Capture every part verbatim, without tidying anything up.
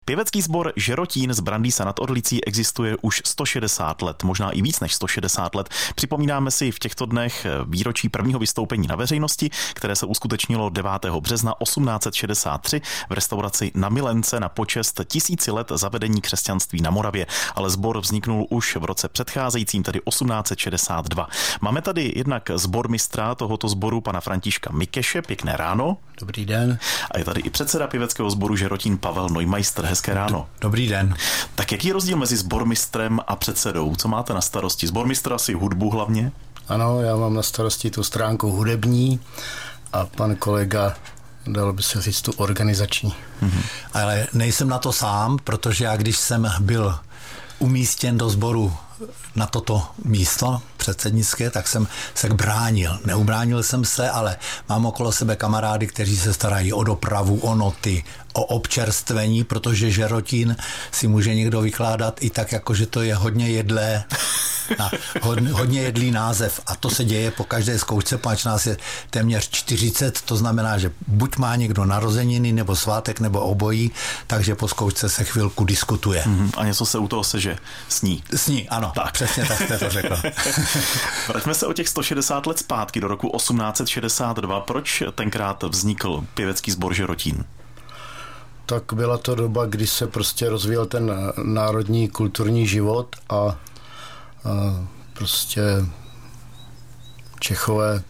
Pěvecký sbor Žerotín z Brandýsa nad Orlicí existuje už sto šedesát let, možná i víc než sto šedesát let. Připomínáme si v těchto dnech výročí prvního vystoupení na veřejnosti, které se uskutečnilo devátého března osmnáct set šedesát tři v restauraci Na Milence na počest tisíci let zavedení křesťanství na Moravě, ale sbor vzniknul už v roce předcházejícím, tedy osmnáct set šedesát dva. Máme tady jednak sbormistra tohoto sboru, pana Františka Mikeše. Pěkné ráno. Dobrý den. A je tady i předseda pěveckého sboru Žerotín Pavel Neumeister. Hezké ráno. Dobrý den. Tak jaký je rozdíl mezi sbormistrem a předsedou? Co máte na starosti? Sbormistra asi hudbu hlavně? Ano, já mám na starosti tu stránku hudební a pan kolega, dalo by se říct, tu organizační. Mm-hmm. Ale nejsem na to sám, protože já když jsem byl umístěn do sboru na toto místo předsednické, tak jsem se bránil. Neubránil jsem se, ale mám okolo sebe kamarády, kteří se starají o dopravu, o noty, o občerstvení, protože Žerotín si může někdo vykládat i tak, jako že to je hodně jedlé, na, hodně, hodně jedlý název. A to se děje po každé zkoušce, pač nás je téměř čtyřicet, to znamená, že buď má někdo narozeniny, nebo svátek, nebo obojí, takže po zkoušce se chvilku diskutuje. Mm-hmm. A něco se u toho seže sní. Sní, ano, tak. Přesně tak jste to řekl. Vraťme se o těch sto šedesát let zpátky do roku osmnáct set šedesát dva. Proč tenkrát vznikl pěvecký sbor Žerotín? Tak byla to doba, kdy se prostě rozvíjel ten národní kulturní život a, a prostě Čechové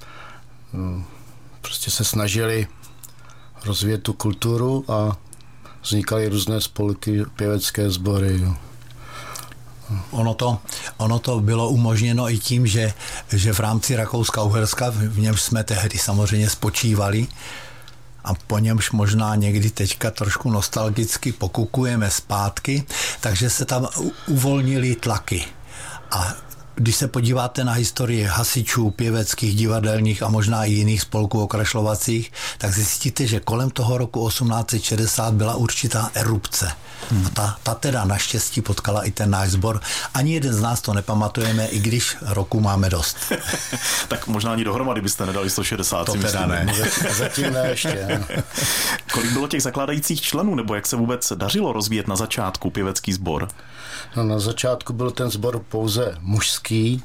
prostě se snažili rozvíjet tu kulturu a vznikaly různé spolky, pěvecké sbory. Ono to, ono to bylo umožněno i tím, že, že v rámci Rakouska-Uherska, v němž jsme tehdy samozřejmě spočívali, a po němž možná někdy teďka trošku nostalgicky pokukujeme zpátky, takže se tam uvolnily tlaky. A když se podíváte na historii hasičů, pěveckých, divadelních a možná i jiných spolků okrašlovacích, tak zjistíte, že kolem toho roku osmnáct set šedesát byla určitá erupce. Hmm. A ta, ta teda naštěstí potkala i ten náš sbor. Ani jeden z nás to nepamatujeme, i když roku máme dost. Tak možná ani dohromady byste nedali sto šedesát. To teda ne. Zatím ne ještě. Kolik bylo těch zakládajících členů, nebo jak se vůbec dařilo rozvíjet na začátku pěvecký sbor? No, na začátku byl ten sbor pouze mužský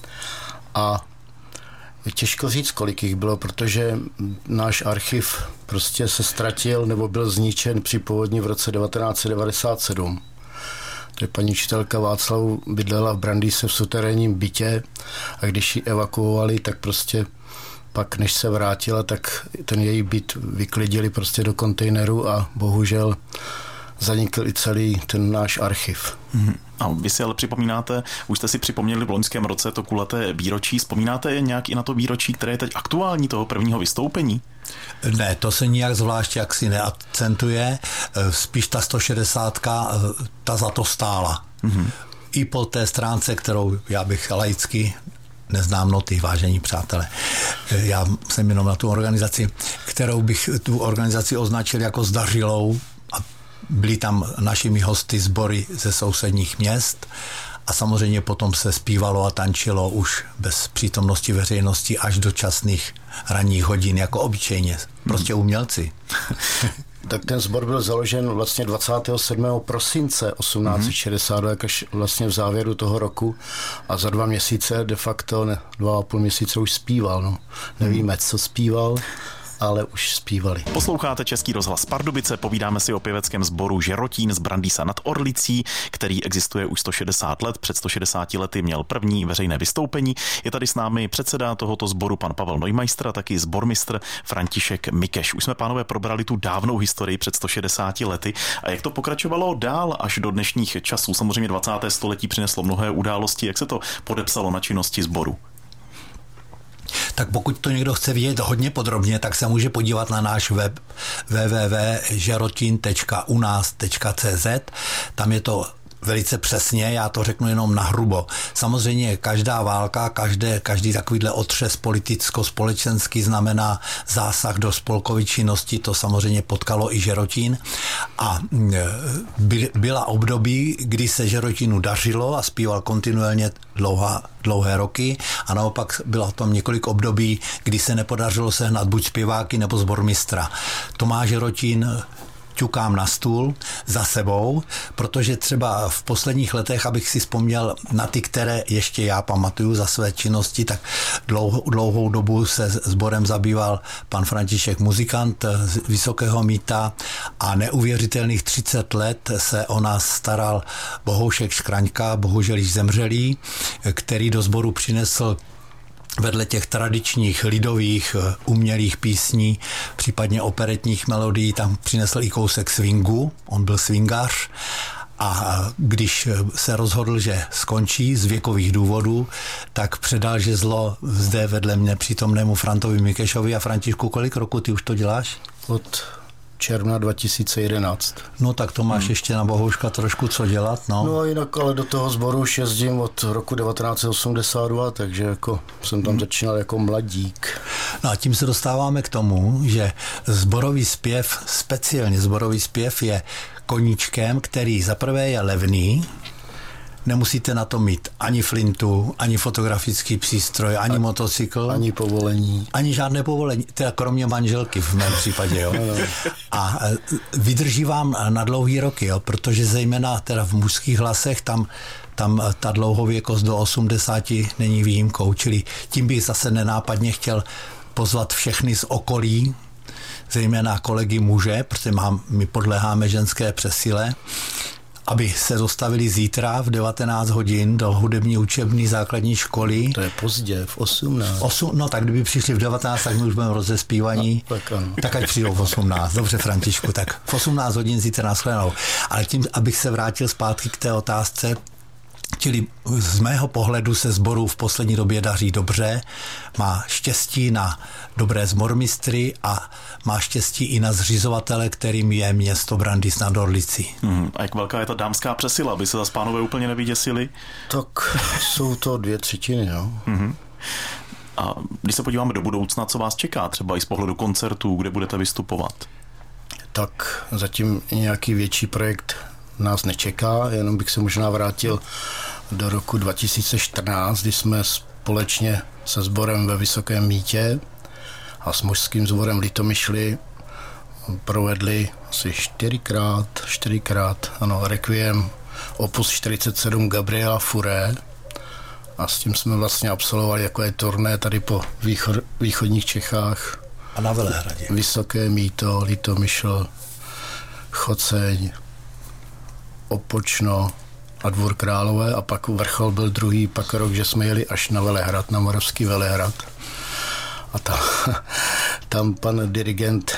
a je těžko říct, kolik jich bylo, protože náš archiv prostě se ztratil nebo byl zničen při povodni v roce devatenáct set devadesát sedm. To je paní učitelka Václavu bydlela v Brandýse v suterénním bytě a když ji evakuovali, tak prostě pak, než se vrátila, tak ten její byt vyklidili prostě do kontejneru a bohužel zanikl i celý ten náš archiv. Hmm. A vy si ale připomínáte, už jste si připomněli v loňském roce to kulaté výročí, vzpomínáte nějak i na to výročí, které je teď aktuální, toho prvního vystoupení? Ne, to se nijak zvlášť jaksi neakcentuje, spíš ta sto šedesátka, ta za to stála. Hmm. I po té stránce, kterou já bych laicky, neznám noty, vážení přátelé. Já jsem jenom na tu organizaci, kterou bych tu organizaci označil jako zdařilou. Byli tam našimi hosty sbory ze sousedních měst a samozřejmě potom se zpívalo a tančilo už bez přítomnosti veřejnosti až do časných ranních hodin, jako obyčejně. Prostě umělci. Tak ten sbor byl založen vlastně dvacátého sedmého prosince osmnáct set šedesát dva, jakož vlastně v závěru toho roku a za dva měsíce de facto, ne, dva a půl měsíce už zpíval. No. Nevíme, co zpíval, ale už zpívali. Posloucháte Český rozhlas Pardubice, povídáme si o pěveckém sboru Žerotín z Brandýsa nad Orlicí, který existuje už sto šedesát let. Před sto šedesáti lety měl první veřejné vystoupení. Je tady s námi předseda tohoto sboru pan Pavel Neumeister a taky sbormistr František Mikeš. Už jsme, pánové, probrali tu dávnou historii před sto šedesáti lety a jak to pokračovalo dál až do dnešních časů. Samozřejmě dvacáté století přineslo mnohé události. Jak se to podepsalo na činnosti sboru? Tak pokud to někdo chce vidět hodně podrobně, tak se může podívat na náš web w w w tečka žerotin tečka u nás tečka c z. Tam je to velice přesně, já to řeknu jenom nahrubo. Samozřejmě každá válka, každé, každý takovýhle otřes politicko-společenský znamená zásah do spolkové činnosti, to samozřejmě potkalo i Žerotín. A by, byla období, kdy se Žerotínu dařilo a zpíval kontinuálně dlouhá, dlouhé roky a naopak bylo tam několik období, kdy se nepodařilo sehnat buď zpěváky nebo sbormistra. Tomáš Žerotín ťukám na stůl za sebou, protože třeba v posledních letech, abych si vzpomněl na ty, které ještě já pamatuju za své činnosti, tak dlouhou, dlouhou dobu se sborem zabýval pan František Muzikant z Vysokého Mýta a neuvěřitelných třicet let se o nás staral Bohoušek Škraňka, bohužel již zemřelý, který do sboru přinesl vedle těch tradičních lidových umělých písní, případně operetních melodií, tam přinesl i kousek swingu, on byl swingař a když se rozhodl, že skončí z věkových důvodů, tak předal žezlo zde vedle mě přítomnému Frantovi Mikešovi. A Františku, kolik roku ty už to děláš? Od června dva tisíce jedenáct. No tak to máš hmm. ještě na Bohouška trošku co dělat, no. No jinak ale do toho sboru už jezdím od roku devatenáct set osmdesát dva, takže jako jsem tam hmm. začínal jako mladík. No a tím se dostáváme k tomu, že sborový zpěv, speciálně sborový zpěv je koníčkem, který zaprvé je levný, nemusíte na to mít ani flintu, ani fotografický přístroj, ani a, motocykl. Ani povolení. Ani žádné povolení, teda kromě manželky v mém případě, jo. A vydrží vám na dlouhý roky, jo, protože zejména teda v mužských hlasech tam, tam ta dlouhověkost do osmdesáti není výjimkou, čili tím bych zase nenápadně chtěl pozvat všechny z okolí, zejména kolegy muže, protože mám, my podléháme ženské přesile, aby se dostavili zítra v devatenáct hodin do hudební učební základní školy. To je pozdě, v osmnáct. Osm, no tak kdyby přišli v devatenáct, tak my už budeme rozespívaní. No, tak, tak ať přijdou v osmnáct. Dobře, Františku, tak v osmnáct hodin zítra nashledanou. Ale tím, abych se vrátil zpátky k té otázce, čili z mého pohledu se sboru v poslední době daří dobře, má štěstí na dobré sbormistry a má štěstí i na zřizovatele, kterým je město Brandýs nad Orlicí. Hmm, a jak velká je ta dámská přesila, aby se zas pánové úplně nevyděsili? Tak jsou to dvě třetiny, no. Hmm. A když se podíváme do budoucna, co vás čeká, třeba i z pohledu koncertů, kde budete vystupovat? Tak zatím nějaký větší projekt nás nečeká, jenom bych se možná vrátil do roku dva tisíce čtrnáct, kdy jsme společně se sborem ve Vysokém Mýtě a s mužským sborem Litomyšli provedli asi čtyřikrát, čtyřikrát, ano, Requiem opus čtyřicet sedm Gabriela Fauré a s tím jsme vlastně absolvovali takové turné tady po východ, východních Čechách. A na Velehradě. Vysoké Mýto, Litomyšl, Choceň, Opočno a Dvůr Králové a pak vrchol byl druhý pak rok, že jsme jeli až na Velehrad, na Moravský Velehrad. A tam, tam pan dirigent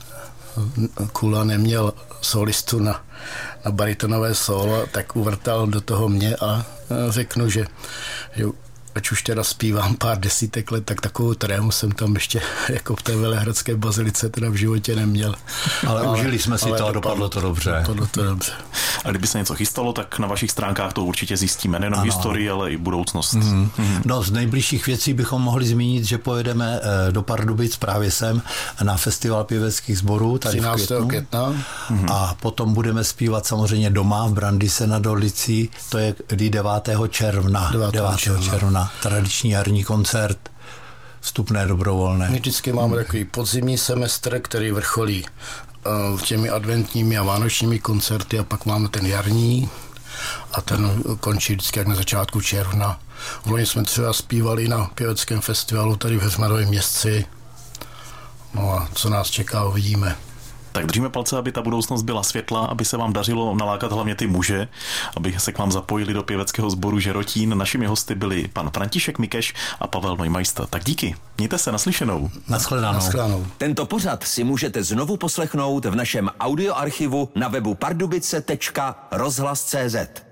Kula neměl solistu na, na baritonové solo, tak uvrtal do toho mě a řeknu, že, že ať už teda zpívám pár desítek let, tak takovou trému jsem tam ještě jako v té velehradské bazilice teda v životě neměl. Ale, ale užili jsme si ale to a dopadlo to dobře. Dopadlo to dobře. A kdyby se něco chystalo, tak na vašich stránkách to určitě zjistíme, nejenom historii, ale i budoucnost. Mm. Mm. No z nejbližších věcí bychom mohli zmínit, že pojedeme do Pardubic právě sem na festival pěveckých sborů tady třináctého května. Mm. A potom budeme zpívat samozřejmě doma v Brandýse nad Orlicí, to je devátého června. devátého června. Tradiční jarní koncert, vstupné dobrovolné. My vždycky máme takový podzimní semestr, který vrcholí uh, těmi adventními a vánočními koncerty a pak máme ten jarní a ten končí vždycky jak na začátku června. V loni jsme třeba zpívali na pěveckém festivalu tady ve Hřmanovém Městci. No a co nás čeká, uvidíme. Tak držíme palce, aby ta budoucnost byla světlá, aby se vám dařilo nalákat hlavně ty muže, aby se k vám zapojili do pěveckého sboru Žerotín. Našimi hosty byli pan František Mikeš a Pavel Neumeister. Tak díky, mějte se, naslyšenou. Nashledanou. Nashledanou. Tento pořad si můžete znovu poslechnout v našem audioarchivu na webu pardubice tečka rozhlas tečka cé zet.